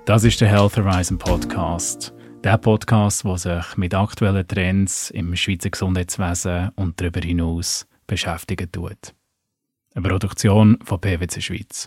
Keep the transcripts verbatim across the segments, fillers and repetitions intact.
Das ist der Health Horizon Podcast. Der Podcast, der sich mit aktuellen Trends im Schweizer Gesundheitswesen und darüber hinaus beschäftigen tut. Eine Produktion von P W C Schweiz.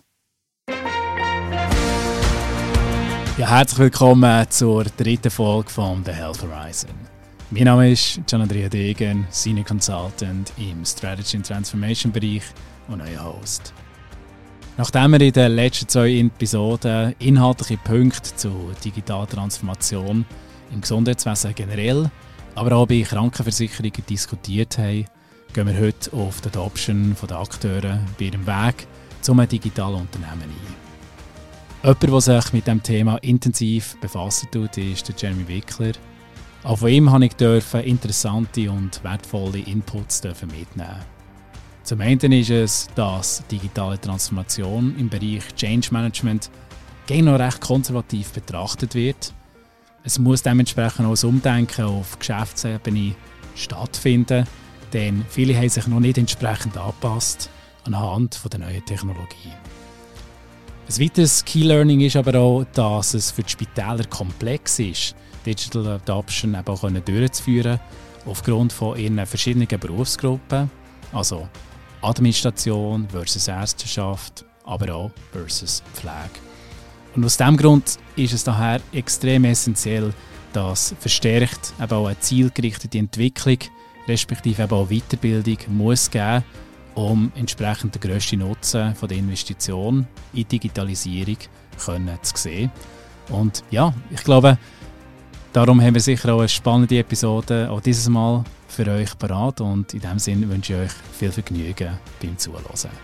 Ja, herzlich willkommen zur dritten Folge von The Health Horizon. Mein Name ist Gian Andrea Degen, Senior Consultant im Strategy and Transformation Bereich und euer Host. Nachdem wir in den letzten zwei Episoden inhaltliche Punkte zur digitalen Transformation im Gesundheitswesen generell, aber auch bei Krankenversicherungen diskutiert haben, gehen wir heute auf die Adoption der Akteure bei ihrem Weg zum digitalen Unternehmen ein. Jemand, der sich mit diesem Thema intensiv befassen tut, ist der Jeremy Wickler. Auch von ihm durfte ich interessante und wertvolle Inputs mitnehmen. Zum einen ist es, dass digitale Transformation im Bereich Change Management gegen noch recht konservativ betrachtet wird. Es muss dementsprechend auch ein Umdenken auf Geschäftsebene stattfinden, denn viele haben sich noch nicht entsprechend angepasst anhand der neuen Technologie. Ein weiteres Key Learning ist aber auch, dass es für die Spitäler komplex ist, Digital Adoption eben auch durchzuführen, aufgrund von ihren verschiedenen Berufsgruppen, also Administration versus Ärzteschaft, aber auch versus Pflege. Und aus diesem Grund ist es daher extrem essentiell, dass verstärkt eben auch eine zielgerichtete Entwicklung respektive eben auch Weiterbildung muss geben, um entsprechend den grössten Nutzen von der Investition in Digitalisierung können zu sehen. Und ja, ich glaube, darum haben wir sicher auch eine spannende Episode auch dieses Mal für euch parat und in diesem Sinne wünsche ich euch viel Vergnügen beim Zuhören.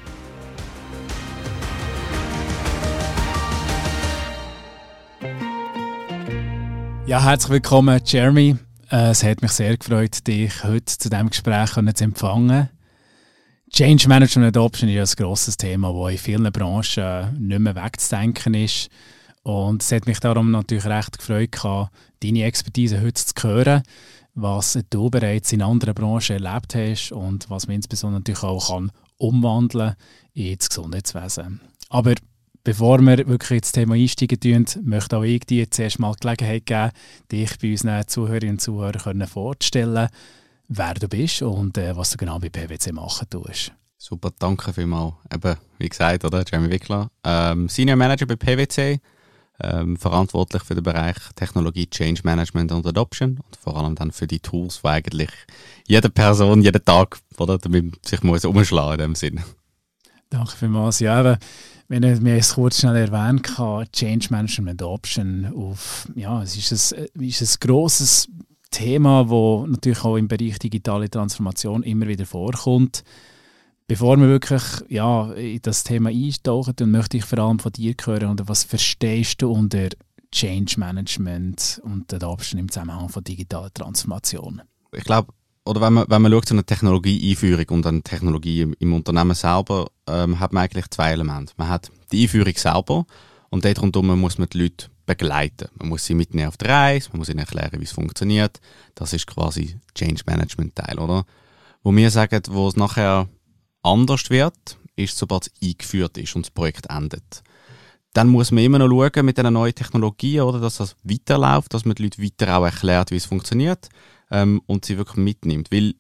Ja, herzlich willkommen, Jeremy. Es hat mich sehr gefreut, dich heute zu diesem Gespräch zu empfangen. Change Management Adoption ist ein grosses Thema, das in vielen Branchen nicht mehr wegzudenken ist. Und es hat mich darum natürlich recht gefreut, deine Expertise heute zu hören, was du bereits in anderen Branchen erlebt hast und was man insbesondere natürlich auch kann umwandeln ins Gesundheitswesen. Aber bevor wir wirklich ins Thema einsteigen, möchte auch ich dir zuerst mal die Gelegenheit geben, dich bei unseren Zuhörerinnen und Zuhörern vorzustellen, wer du bist und äh, was du genau bei P W C machen tust. Super, danke vielmals. Eben, wie gesagt, oder? Jeremy Wickler, ähm, Senior Manager bei P W C. Ähm, verantwortlich für den Bereich Technologie, Change Management und Adoption und vor allem dann für die Tools, die eigentlich jede Person jeden Tag oder, damit sich muss umschlagen in dem Sinn. Danke vielmals. Ja, aber wenn wir es kurz schnell erwähnt haben, Change Management Adoption, auf, ja, es ist ein, ist ein grosses Thema, das natürlich auch im Bereich digitale Transformation immer wieder vorkommt. Bevor wir wirklich ja, in das Thema eintauchen, dann möchte ich vor allem von dir hören, oder was verstehst du unter Change Management und Adoption im Zusammenhang von digitaler Transformation? Ich glaube, oder wenn man, wenn man schaut, so eine Technologieeinführung und eine Technologie im, im Unternehmen selber, ähm, hat man eigentlich zwei Elemente. Man hat die Einführung selber und dort rundherum muss man die Leute begleiten. Man muss sie mitnehmen auf die Reise, man muss ihnen erklären, wie es funktioniert. Das ist quasi Change Management Teil, oder? Wo wir sagen, wo es nachher anders wird, ist, sobald es eingeführt ist und das Projekt endet. Dann muss man immer noch schauen mit diesen neuen Technologien, oder, dass das weiterläuft, dass man die Leute weiter auch erklärt, wie es funktioniert ähm, und sie wirklich mitnimmt. Weil,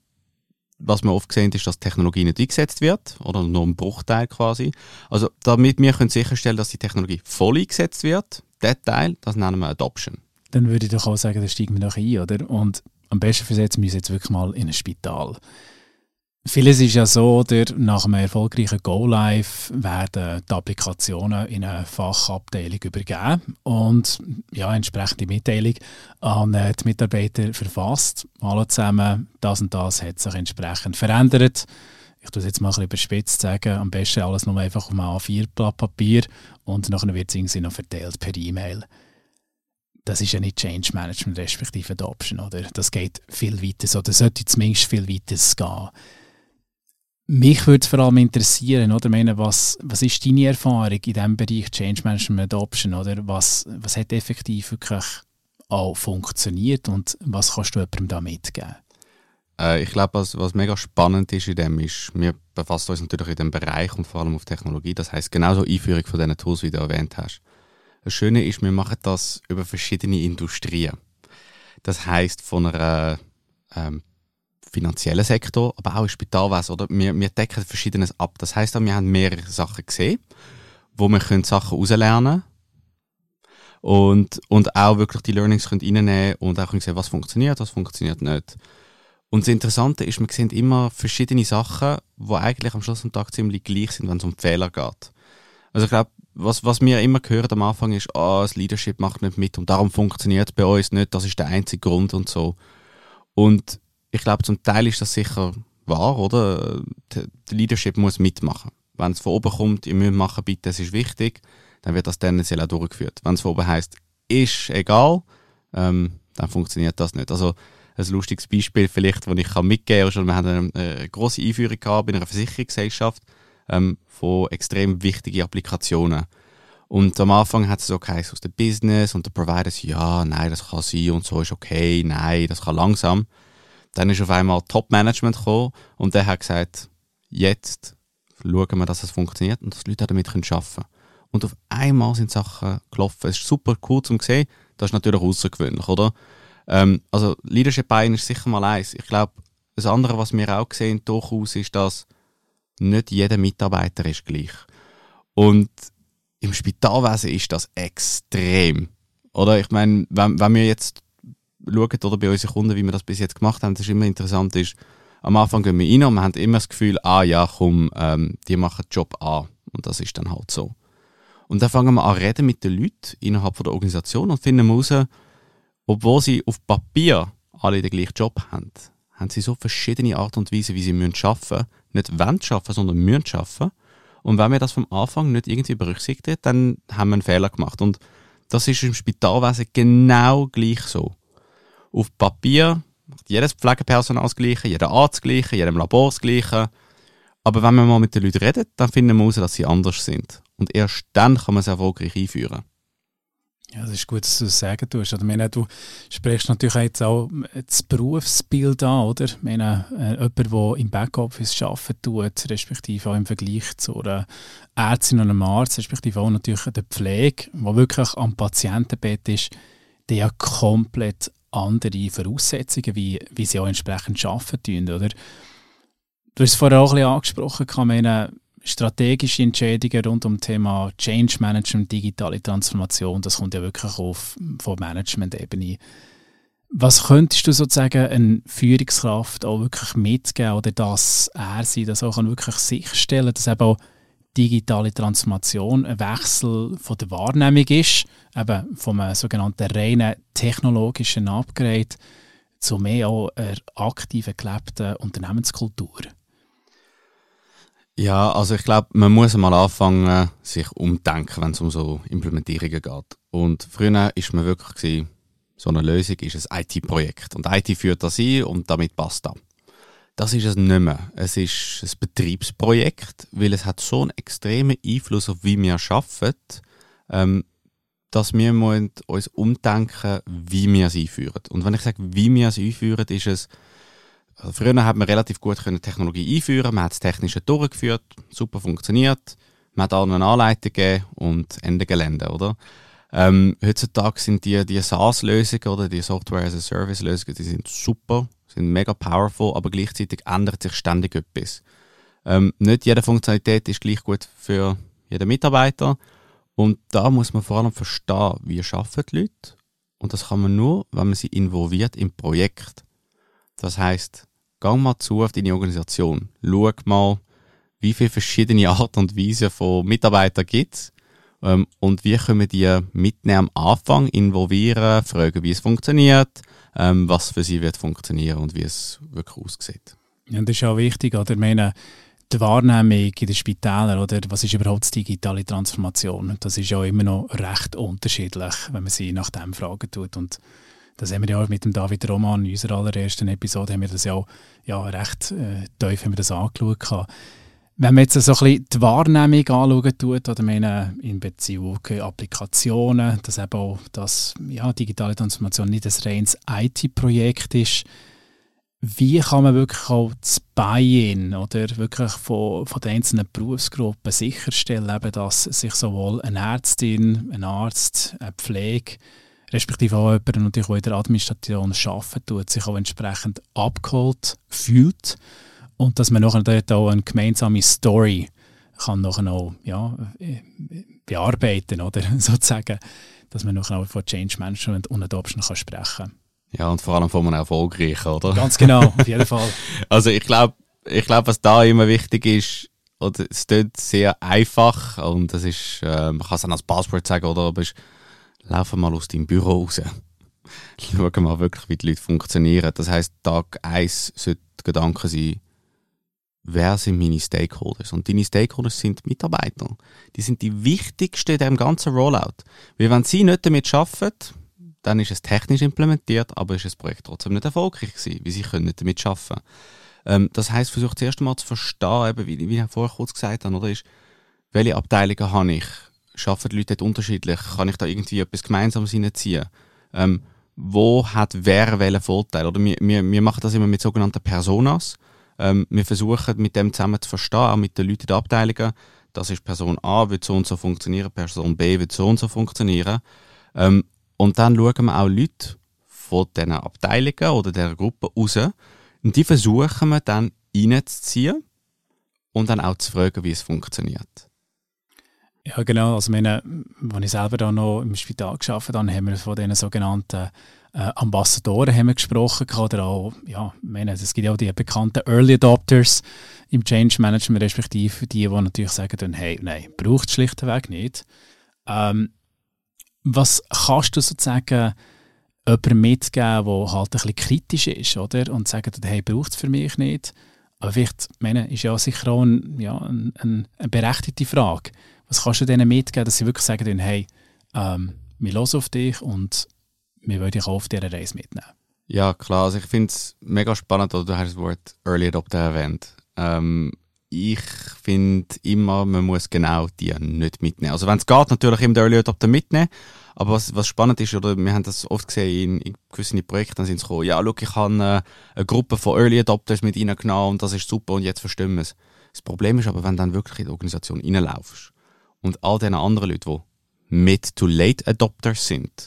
was wir oft sehen, ist, dass die Technologie nicht eingesetzt wird, oder nur ein Bruchteil quasi. Also, damit wir können sicherstellen, dass die Technologie voll eingesetzt wird, der Teil, das nennen wir Adoption. Dann würde ich doch auch sagen, da steigen wir noch ein, oder? Und am besten versetzen wir uns jetzt wirklich mal in ein Spital. Vieles ist ja so, oder, nach einem erfolgreichen Go-Live werden die Applikationen in eine Fachabteilung übergeben und ja, entsprechende Mitteilung an die Mitarbeiter verfasst. Alle zusammen, das und das hat sich entsprechend verändert. Ich tue es jetzt mal ein bisschen überspitzt sagen, am besten alles nur einfach auf einem A vier Blatt Papier und nachher wird es irgendwie noch verteilt per E-Mail. Das ist ja nicht Change Management respektive Adoption, oder? Das geht viel weiter, so, das sollte zumindest viel weiter gehen. Mich würde es vor allem interessieren, oder? Ich meine, was, was ist deine Erfahrung in diesem Bereich Change Management Adoption? Oder? Was, was hat effektiv wirklich auch funktioniert und was kannst du jemandem da mitgeben? Äh, ich glaube, was, was mega spannend ist in dem, ist, wir befassen uns natürlich in dem Bereich und vor allem auf Technologie. Das heisst, genauso Einführung von diesen Tools, wie du erwähnt hast. Das Schöne ist, wir machen das über verschiedene Industrien. Das heisst, von einer ähm, finanziellen Sektor, aber auch im Spitalwesen. Oder? Wir, wir decken Verschiedenes ab. Das heisst, wir haben mehrere Sachen gesehen, wo wir können Sachen herauslernen können und, und auch wirklich die Learnings können reinnehmen und auch können sehen, was funktioniert, was funktioniert nicht. Und das Interessante ist, wir sehen immer verschiedene Sachen, die eigentlich am Schluss des Tages ziemlich gleich sind, wenn es um Fehler geht. Also ich glaube, was, was wir immer hören am Anfang ist, oh, das Leadership macht nicht mit und darum funktioniert es bei uns nicht, das ist der einzige Grund und so. Und ich glaube, zum Teil ist das sicher wahr, oder? Der Leadership muss mitmachen. Wenn es von oben kommt, ihr müsst machen, bitte, es ist wichtig, dann wird das tendenziell auch durchgeführt. Wenn es von oben heisst, ist egal, ähm, dann funktioniert das nicht. Also ein lustiges Beispiel vielleicht, das ich kann mitgeben kann. Wir hatten eine, eine grosse Einführung gehabt bei einer Versicherungsgesellschaft ähm, von extrem wichtigen Applikationen. Und am Anfang hat es so geheißen aus dem Business und der Provider, ja, nein, das kann sein und so ist okay, nein, das kann langsam. Dann ist auf einmal Top-Management gekommen und der hat gesagt, jetzt schauen wir, dass es funktioniert und dass die Leute damit arbeiten können. Und auf einmal sind Sachen gelaufen. Es ist super cool zu sehen. Das ist natürlich außergewöhnlich, oder? Ähm, also Leadership Buy-in ist sicher mal eins. Ich glaube, das andere, was wir auch sehen, durchaus ist, dass nicht jeder Mitarbeiter ist gleich. Und im Spitalwesen ist das extrem. Oder ich meine, wenn, wenn wir jetzt schauen, oder bei unseren Kunden, wie wir das bis jetzt gemacht haben, das ist immer interessant, ist, am Anfang gehen wir rein und wir haben immer das Gefühl, ah ja, komm, ähm, die machen den Job an. Und das ist dann halt so. Und dann fangen wir an reden mit den Leuten innerhalb der Organisation und finden raus, obwohl sie auf Papier alle den gleichen Job haben, haben sie so verschiedene Art und Weise, wie sie müssen arbeiten. Nicht wollen arbeiten, sondern müssen arbeiten. Und wenn wir das vom Anfang nicht irgendwie berücksichtigen, dann haben wir einen Fehler gemacht. Und das ist im Spitalwesen genau gleich so. Auf Papier macht jedes Pflegepersonal das Gleiche, jeder Arzt das Gleiche, jedem Labor das Gleiche. Aber wenn man mal mit den Leuten redet, dann finden wir heraus, dass sie anders sind. Und erst dann kann man es erfolgreich einführen. Ja, das ist gut, dass du das sagen tust. Ich meine, du sprichst natürlich jetzt auch das Berufsbild an, oder? Ich meine, äh, jemand, der im Backoffice arbeiten tut, respektive auch im Vergleich zu einer Ärztin und einem Arzt, respektive auch natürlich der Pflege, der wirklich am Patientenbett ist, der ja komplett andere Voraussetzungen, wie, wie sie auch entsprechend arbeiten, oder? Du hast es vorher auch ein bisschen angesprochen, ich meine, strategische Entscheidungen rund um das Thema Change Management, digitale Transformation, das kommt ja wirklich auf von Management-Ebene. Was könntest du sozusagen einer Führungskraft auch wirklich mitgeben oder dass er sie das auch wirklich sicherstellen kann, dass eben auch digitale Transformation ein Wechsel von der Wahrnehmung ist, eben vom sogenannten reinen technologischen Upgrade zu mehr auch einer aktiven, gelebten Unternehmenskultur? Ja, also ich glaube, man muss mal anfangen, sich umdenken, wenn es um so Implementierungen geht. Und früher war man wirklich gewesen, so eine Lösung ist ein I T-Projekt. Und I T führt das ein und damit passt das. Das ist es nicht mehr. Es ist ein Betriebsprojekt, weil es hat so einen extremen Einfluss auf wie wir arbeiten, ähm, dass wir uns umdenken, wie wir es einführen. Und wenn ich sage, wie wir es einführen, ist es, also früher hat man relativ gut Technologie einführen, man hat das Technische durchgeführt, super funktioniert, man hat allen eine Anleitung gegeben und Ende Gelände, oder? Ähm, heutzutage sind die, die SaaS-Lösungen oder die Software-as-a-Service-Lösungen, die sind super, sind mega powerful, aber gleichzeitig ändert sich ständig etwas. Ähm, nicht jede Funktionalität ist gleich gut für jeden Mitarbeiter und da muss man vor allem verstehen, wie arbeiten die Leute und das kann man nur, wenn man sie involviert im Projekt. Das heisst, geh mal zu auf deine Organisation. Schau mal, wie viele verschiedene Arten und Weisen von Mitarbeitern gibt es ähm, und wie können wir die mitnehmen am Anfang, involvieren, fragen, wie es funktioniert, ähm, was für sie wird funktionieren und wie es wirklich aussieht. Ja, das ist auch wichtig, oder? Ich meine, die Wahrnehmung in den Spitälern, oder? Was ist überhaupt die digitale Transformation? Das ist ja immer noch recht unterschiedlich, wenn man sie nach dem fragen tut. Und das haben wir ja auch mit dem David Roman in unserer allerersten Episode haben wir das ja auch ja, recht äh, tief haben wir das angeschaut. Wenn man jetzt so ein bisschen die Wahrnehmung anschauen tut, oder meine, in Beziehung auf Applikationen, dass eben auch das, ja, digitale Transformation nicht ein reines I T-Projekt ist, wie kann man wirklich auch das Buy-in oder wirklich von, von den einzelnen Berufsgruppen sicherstellen, eben, dass sich sowohl eine Ärztin, ein Arzt, eine Pflege, respektive auch jemand, der natürlich auch in der Administration arbeiten tut, sich auch entsprechend abgeholt fühlt und dass man nachher dort auch eine gemeinsame Story kann nachher auch ja, bearbeiten, oder sozusagen, dass man nachher auch von Change Management und Adoption kann sprechen kann. Ja, und vor allem von einem Erfolgreichen, oder? Ganz genau, auf jeden Fall. Also ich glaube, ich glaub, was da immer wichtig ist, oder es klingt sehr einfach und das ist, äh, man kann es dann als Passwort sagen, oder, aber ist, lauf mal aus deinem Büro raus. Schau mal wirklich, wie die Leute funktionieren. Das heisst, Tag eins sollte der Gedanke sein, wer sind meine Stakeholders? Und deine Stakeholders sind Mitarbeiter. Die sind die wichtigsten in diesem ganzen Rollout. Weil wenn sie nicht damit arbeiten, dann ist es technisch implementiert, aber ist das Projekt trotzdem nicht erfolgreich gewesen, weil sie können nicht damit arbeiten. Ähm, das heisst, versucht zuerst einmal zu verstehen, eben, wie, wie ich vorher kurz gesagt habe, oder, ist, welche Abteilungen habe ich? Arbeiten die Leute dort unterschiedlich? Kann ich da irgendwie etwas Gemeinsames hineinziehen? Ähm, wo hat wer welchen Vorteil? Oder wir, wir, wir machen das immer mit sogenannten Personas. Ähm, wir versuchen mit dem zusammen zu verstehen, auch mit den Leuten in den Abteilungen. Das ist Person A, wird so und so funktionieren, Person B wird so und so funktionieren. Ähm, Und dann schauen wir auch Leute von diesen Abteilungen oder dieser Gruppe raus und die versuchen wir dann reinzuziehen und dann auch zu fragen, wie es funktioniert. Ja, genau. Also, meine, als ich selber da noch im Spital gearbeitet habe, haben wir von diesen sogenannten äh, Ambassadoren haben wir gesprochen. Oder auch, ja, meine, es gibt ja auch die bekannten Early Adopters im Change Management, respektive die, die natürlich sagen, hey, nein, braucht es schlichtweg nicht. Ähm, Was kannst du sozusagen jemandem mitgeben, der halt ein bisschen kritisch ist, oder? Und sagt, hey, braucht es für mich nicht? Aber vielleicht, meine, ist ja sicher auch ein, ja, ein, ein, eine berechtigte Frage. Was kannst du denen mitgeben, dass sie wirklich sagen, hey, ähm, wir hören auf dich und wir wollen dich auch auf dieser Reise mitnehmen? Ja, klar. Also ich finde es mega spannend, oder du hast das Wort Early Adopter erwähnt. Ähm, ich finde immer, man muss genau die nicht mitnehmen. Also wenn es geht, natürlich immer den Early Adopter mitnehmen. Aber was, was spannend ist, oder wir haben das oft gesehen in, in gewissen Projekten, dann sind sie gekommen, ja, schau, ich habe eine, eine Gruppe von Early Adopters mit reingenommen und das ist super und jetzt verstehen wir es. Das Problem ist aber, wenn du dann wirklich in die Organisation reinlaufst und all diese anderen Leute, die Mid-to-Late Adopters sind,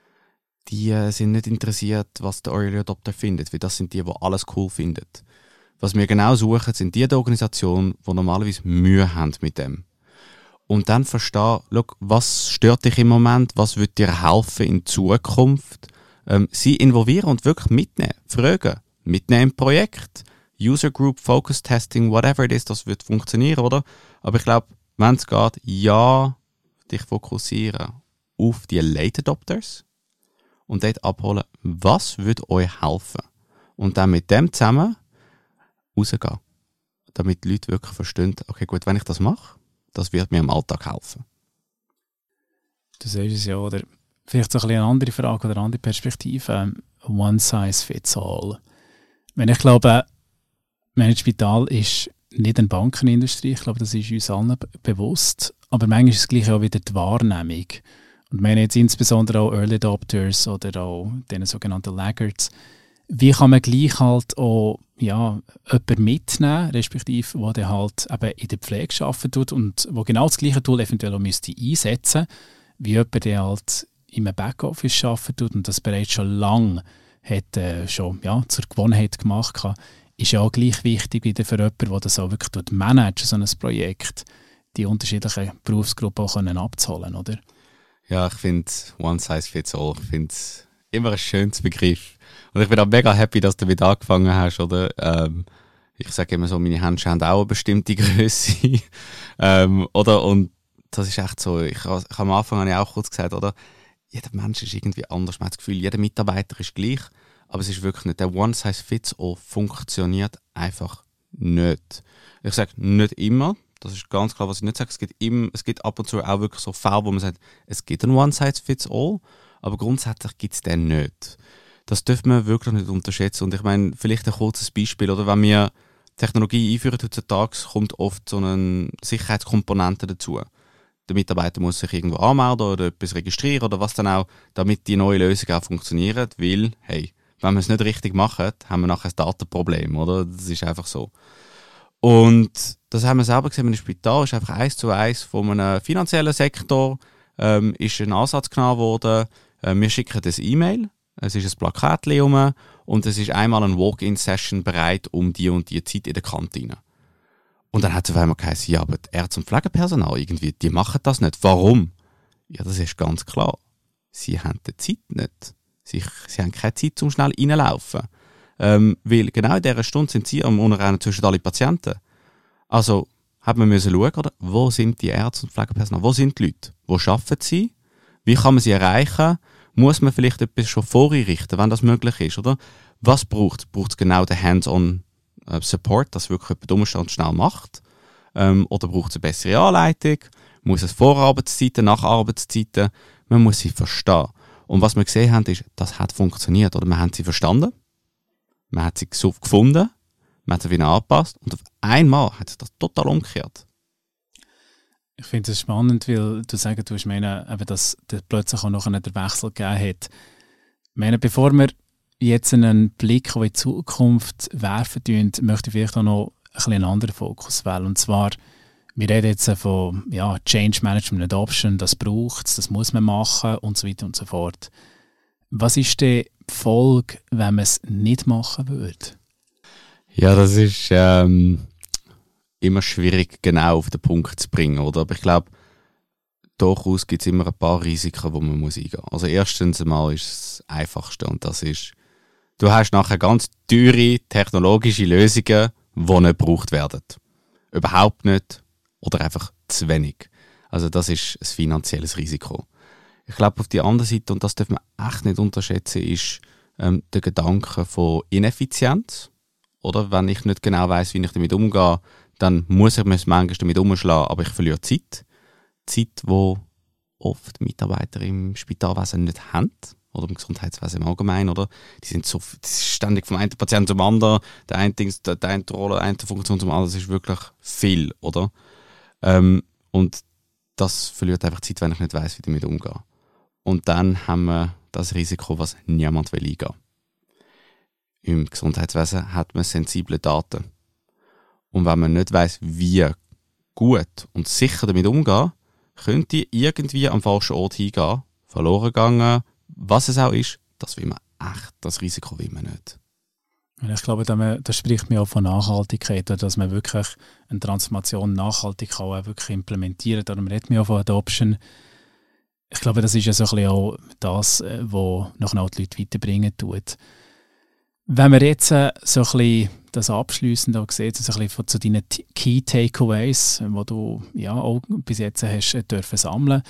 die äh, sind nicht interessiert, was der Early Adopter findet, weil das sind die, die alles cool finden. Was wir genau suchen, sind die Organisationen, die normalerweise Mühe haben mit dem. Und dann verstehen, schau, was stört dich im Moment, was wird dir helfen in Zukunft. Ähm, sie involvieren und wirklich mitnehmen, fragen, mitnehmen im Projekt, User Group, Focus Testing, whatever it is, das wird funktionieren, oder? Aber ich glaube, wenn es geht, ja, dich fokussieren auf die Late Adopters und dort abholen, was wird euch helfen. Und dann mit dem zusammen rausgehen, damit die Leute wirklich verstehen, okay, gut, wenn ich das mache, das wird mir im Alltag helfen. Du sagst es ja, oder vielleicht so ein bisschen eine andere Frage oder eine andere Perspektive. One size fits all. Wenn ich glaube, mein Spital ist nicht eine Bankenindustrie, ich glaube, das ist uns allen b- bewusst, aber manchmal ist es gleich auch wieder die Wahrnehmung. Und wenn jetzt insbesondere auch Early Adopters oder auch diese sogenannten Laggards, wie kann man gleich halt auch ja, jemanden mitnehmen, respektive, der dann halt eben in der Pflege arbeiten tut und wo genau das gleiche Tool eventuell auch müsste einsetzen, wie jemand, der halt im Backoffice arbeiten tut und das bereits schon lange hat, äh, schon, ja, zur Gewohnheit gemacht hat, ist ja auch gleich wichtig wieder für jemanden, der das auch wirklich managen, so ein Projekt, die unterschiedlichen Berufsgruppen auch können abzuholen, oder? Ja, ich finde One Size Fits All, ich finde es immer ein schönes Begriff. Und ich bin auch mega happy, dass du damit angefangen hast, oder? Ähm, ich sage immer so, meine Hände haben auch eine bestimmte Größe. ähm, oder? Und das ist echt so, ich, ich am Anfang habe ich auch kurz gesagt, oder? Jeder Mensch ist irgendwie anders. Man hat das Gefühl, jeder Mitarbeiter ist gleich, aber es ist wirklich nicht. Der One Size Fits All funktioniert einfach nicht. Ich sage nicht immer, das ist ganz klar, was ich nicht sage. Es gibt, im, es gibt ab und zu auch wirklich so Fälle, wo man sagt, es gibt ein One Size Fits All, aber grundsätzlich gibt es den nicht. Das dürfen wir wirklich nicht unterschätzen. Und ich meine, vielleicht ein kurzes Beispiel, oder wenn wir Technologie einführen heutzutage, kommt oft so eine Sicherheitskomponente dazu. Der Mitarbeiter muss sich irgendwo anmelden oder etwas registrieren oder was dann auch, damit die neue Lösung auch funktioniert, weil, hey, wenn wir es nicht richtig machen, haben wir nachher ein Datenproblem, oder? Das ist einfach so. Und das haben wir selber gesehen im Spital, ist einfach eins zu eins von einem finanziellen Sektor, ähm, ist ein Ansatz genommen worden, äh, wir schicken das E-Mail, es ist ein Plakat rum und es ist einmal eine Walk-in-Session bereit um die und die Zeit in der Kantine. Und dann hat es auf einmal geheißen, ja, aber die Ärzte und Pflegepersonal, irgendwie, die machen das nicht. Warum? Ja, das ist ganz klar. Sie haben die Zeit nicht. Sie, sie haben keine Zeit, um schnell reinzulaufen. Ähm, weil genau in dieser Stunde sind sie am Unrennen zwischen alle Patienten. Also hat man müssen schauen, oder? Wo sind die Ärzte und Pflegepersonal? Wo sind die Leute? Wo arbeiten sie? Wie kann man sie erreichen? Muss man vielleicht etwas schon vorrichten, wenn das möglich ist, oder? Was braucht es? Braucht es genau den Hands-on Support, dass wirklich jemand Umstand schnell macht? Ähm, oder braucht es eine bessere Anleitung? Muss es Vorarbeitszeiten, Nacharbeitszeiten? Man muss sie verstehen. Und was wir gesehen haben, ist, das hat funktioniert. Oder wir haben sie verstanden, man hat sie gefunden, man hat sie wieder angepasst und auf einmal hat sich das total umgekehrt. Ich finde es spannend, weil du sagst, du hast meine, eben, dass es plötzlich auch noch einen Wechsel gegeben hat. Ich meine, bevor wir jetzt einen Blick in die Zukunft werfen, möchte ich vielleicht auch noch ein bisschen einen anderen Fokus wählen. Und zwar, wir reden jetzt von ja, Change Management Adoption, das braucht es, das muss man machen und so weiter und so fort. Was ist die Folge, wenn man es nicht machen würde? Ja, das ist ähm, immer schwierig, genau auf den Punkt zu bringen, oder? Aber ich glaube, durchaus gibt es immer ein paar Risiken, die man muss eingehen muss. Also erstens einmal ist das Einfachste und das ist, du hast nachher ganz teure technologische Lösungen, die nicht gebraucht werden. Überhaupt nicht oder einfach zu wenig. Also das ist ein finanzielles Risiko. Ich glaube, auf die andere Seite, und das darf man echt nicht unterschätzen, ist ähm, der Gedanke von Ineffizienz. Oder wenn ich nicht genau weiss, wie ich damit umgehe, dann muss ich mich manchmal damit umschlagen, aber ich verliere Zeit. Zeit, die oft Mitarbeiter im Spitalwesen nicht haben. Oder im Gesundheitswesen im Allgemeinen, oder? Die sind so die sind ständig vom einen Patienten zum anderen, der eine Dings, der eine Rolle, der eine Funktion zum anderen, das ist wirklich viel, oder? Ähm, und das verliert einfach Zeit, wenn ich nicht weiss, wie ich damit umgehe. Und dann haben wir das Risiko, was niemand will eingehen. Im Gesundheitswesen hat man sensible Daten. Und wenn man nicht weiss, wie gut und sicher damit umgehen, könnte irgendwie am falschen Ort hingehen, verloren gegangen, was es auch ist, das will man echt, das Risiko will man nicht. Ich glaube, das spricht mir auch von Nachhaltigkeit, dass man wirklich eine Transformation nachhaltig kann auch wirklich implementieren kann. Darum redet man auch von Adoption. Ich glaube, das ist ja so ein bisschen auch das, was nachher auch die Leute weiterbringen tut. Wenn wir jetzt so ein bisschen das abschliessend auch sehen, so ein bisschen zu deinen Key Takeaways, die du ja auch bis jetzt hast dürfen sammeln.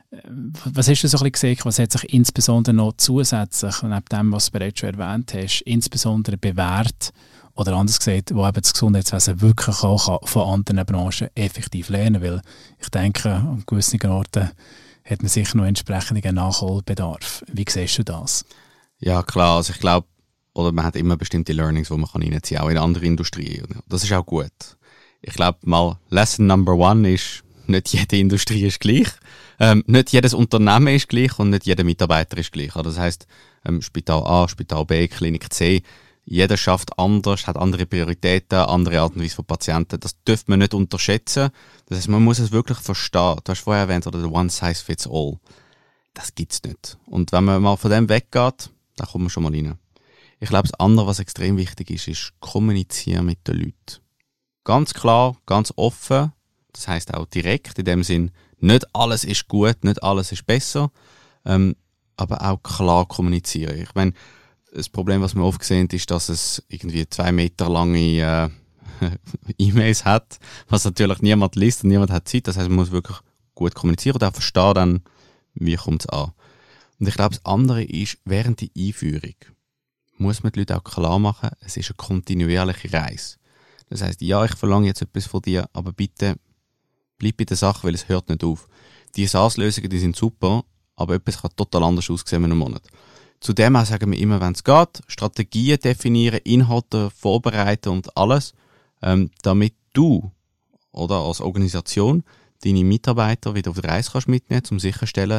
Was hast du so ein bisschen gesehen, was hat sich insbesondere noch zusätzlich, neben dem, was du bereits schon erwähnt hast, insbesondere bewährt oder anders gesagt, wo eben das Gesundheitswesen wirklich auch von anderen Branchen effektiv lernen kann? Weil ich denke, an gewissen Orten hat man sicher noch entsprechenden Nachholbedarf. Wie siehst du das? Ja klar, also ich glaube, oder man hat immer bestimmte Learnings, die man kann reinziehen kann, auch in andere Industrien. Das ist auch gut. Ich glaube mal, Lesson Number One ist, nicht jede Industrie ist gleich. Ähm, nicht jedes Unternehmen ist gleich und nicht jeder Mitarbeiter ist gleich. Also das heisst, ähm, Spital A, Spital B, Klinik C, jeder schafft anders, hat andere Prioritäten, andere Art und Weise von Patienten. Das dürfte man nicht unterschätzen. Das heisst, man muss es wirklich verstehen. Du hast vorher erwähnt, oder One Size Fits All. Das gibt's nicht. Und wenn man mal von dem weggeht, dann kommt man schon mal rein. Ich glaube, das andere, was extrem wichtig ist, ist kommunizieren mit den Leuten. Ganz klar, ganz offen. Das heisst auch direkt, in dem Sinn, nicht alles ist gut, nicht alles ist besser, ähm, aber auch klar kommunizieren. Ich meine, das Problem, was wir oft sehen, ist, dass es irgendwie zwei Meter lange äh, E-Mails hat, was natürlich niemand liest und niemand hat Zeit. Das heisst, man muss wirklich gut kommunizieren und auch verstehen dann, wie kommt es an. Und ich glaube, das andere ist, während der Einführung muss man die Leute auch klar machen, es ist eine kontinuierliche Reise. Das heisst, ja, ich verlange jetzt etwas von dir, aber bitte bleib bei der Sache, weil es hört nicht auf. Die SaaS-Lösungen, die sind super, aber etwas kann total anders aussehen in einem Monat. Zudem auch sagen wir immer, wenn es geht, Strategien definieren, Inhalte vorbereiten und alles, ähm, damit du oder als Organisation deine Mitarbeiter wieder auf die Reise kannst mitnehmen, um sicherzustellen,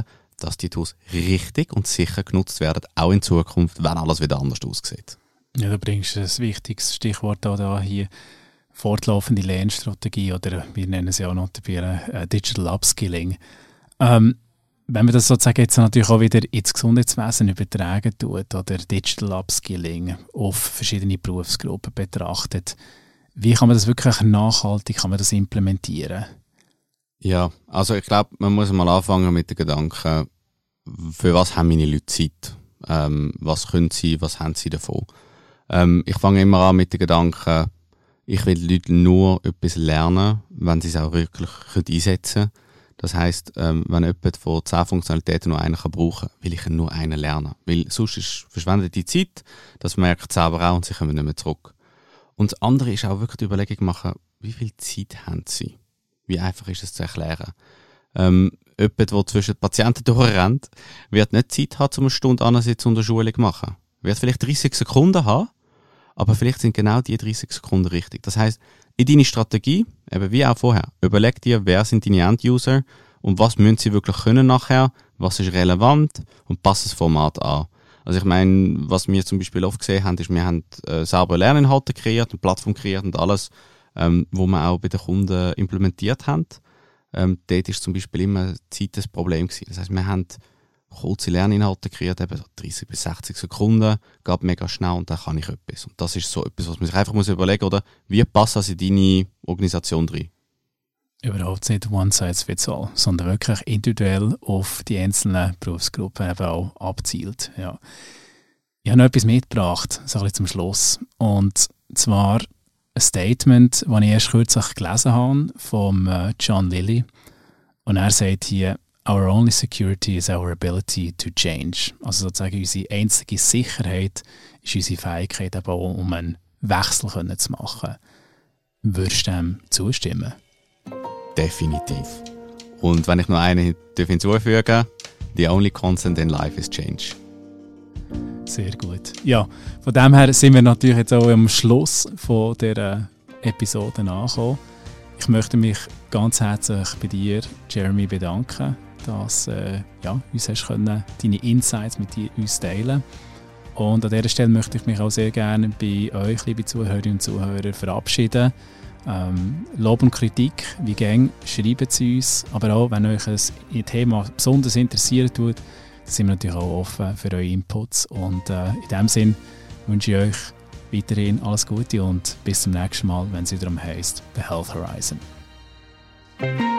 dass die Tools richtig und sicher genutzt werden, auch in Zukunft, wenn alles wieder anders aussieht. Ja, du bringst ein wichtiges Stichwort auch da hier, fortlaufende Lernstrategie oder wir nennen es ja auch noch äh, Digital Upskilling. Ähm, wenn man das sozusagen jetzt natürlich auch wieder ins Gesundheitswesen übertragen tut oder Digital Upskilling auf verschiedene Berufsgruppen betrachtet, wie kann man das wirklich nachhaltig kann man das implementieren? Ja, also ich glaube, man muss mal anfangen mit den Gedanken, für was haben meine Leute Zeit? Ähm, was können sie, was haben sie davon? Ähm, ich fange immer an mit den Gedanken, ich will die Leute nur etwas lernen, wenn sie es auch wirklich einsetzen können. Das heisst, ähm, wenn jemand von zehn Funktionalitäten nur einen brauchen kann, will ich nur einen lernen. Weil sonst ist verschwendete Zeit, das merkt es selber auch und sie kommen nicht mehr zurück. Und das andere ist auch wirklich die Überlegung machen, wie viel Zeit haben sie? Wie einfach ist es zu erklären? Ähm, jemand, der zwischen den Patienten durchrennt, wird nicht Zeit haben, um eine Stunde ansitzen und eine Schulung zu machen. Wird vielleicht dreißig Sekunden haben, aber vielleicht sind genau die dreißig Sekunden richtig. Das heisst, in deine Strategie, eben wie auch vorher, überleg dir, wer sind deine End-User und was müssen sie wirklich können nachher, was ist relevant und pass das Format an. Also ich meine, was wir zum Beispiel oft gesehen haben, ist, wir haben äh, selber Lerninhalte kreiert, eine Plattform kreiert und alles, ähm, wo wir auch bei den Kunden implementiert haben. Ähm, dort ist zum Beispiel immer Zeit das Problem gewesen. Das heisst, wir haben kurze Lerninhalte kreiert, eben dreißig bis sechzig Sekunden, geht mega schnell und dann kann ich etwas. Und das ist so etwas, was man sich einfach muss überlegen muss, oder wie passt das in deine Organisation rein? Überhaupt nicht one size fits all, sondern wirklich individuell auf die einzelnen Berufsgruppen eben auch abzielt. Ja. Ich habe noch etwas mitgebracht, so ein bisschen zum Schluss. Und zwar ein Statement, das ich erst kürzlich gelesen habe, von John Lilly. Und er sagt hier, Our only security is our ability to change. Also sozusagen unsere einzige Sicherheit ist unsere Fähigkeit, eben auch, um einen Wechsel zu machen. Würdest du dem zustimmen? Definitiv. Und wenn ich noch eine hinzufügen darf, the only constant in life is change. Sehr gut. Ja, von dem her sind wir natürlich jetzt auch am Schluss von dieser Episode angekommen. Ich möchte mich ganz herzlich bei dir, Jeremy, bedanken, dass äh, ja, uns hast können, deine Insights mit dir, uns teilen. Und an dieser Stelle möchte ich mich auch sehr gerne bei euch, liebe Zuhörerinnen und Zuhörer, verabschieden. Ähm, Lob und Kritik, wie gern, schreibt es uns. Aber auch, wenn euch ein Thema besonders interessiert tut, sind wir natürlich auch offen für eure Inputs. Und äh, in diesem Sinne wünsche ich euch weiterhin alles Gute und bis zum nächsten Mal, wenn es wieder heisst The Health Horizon.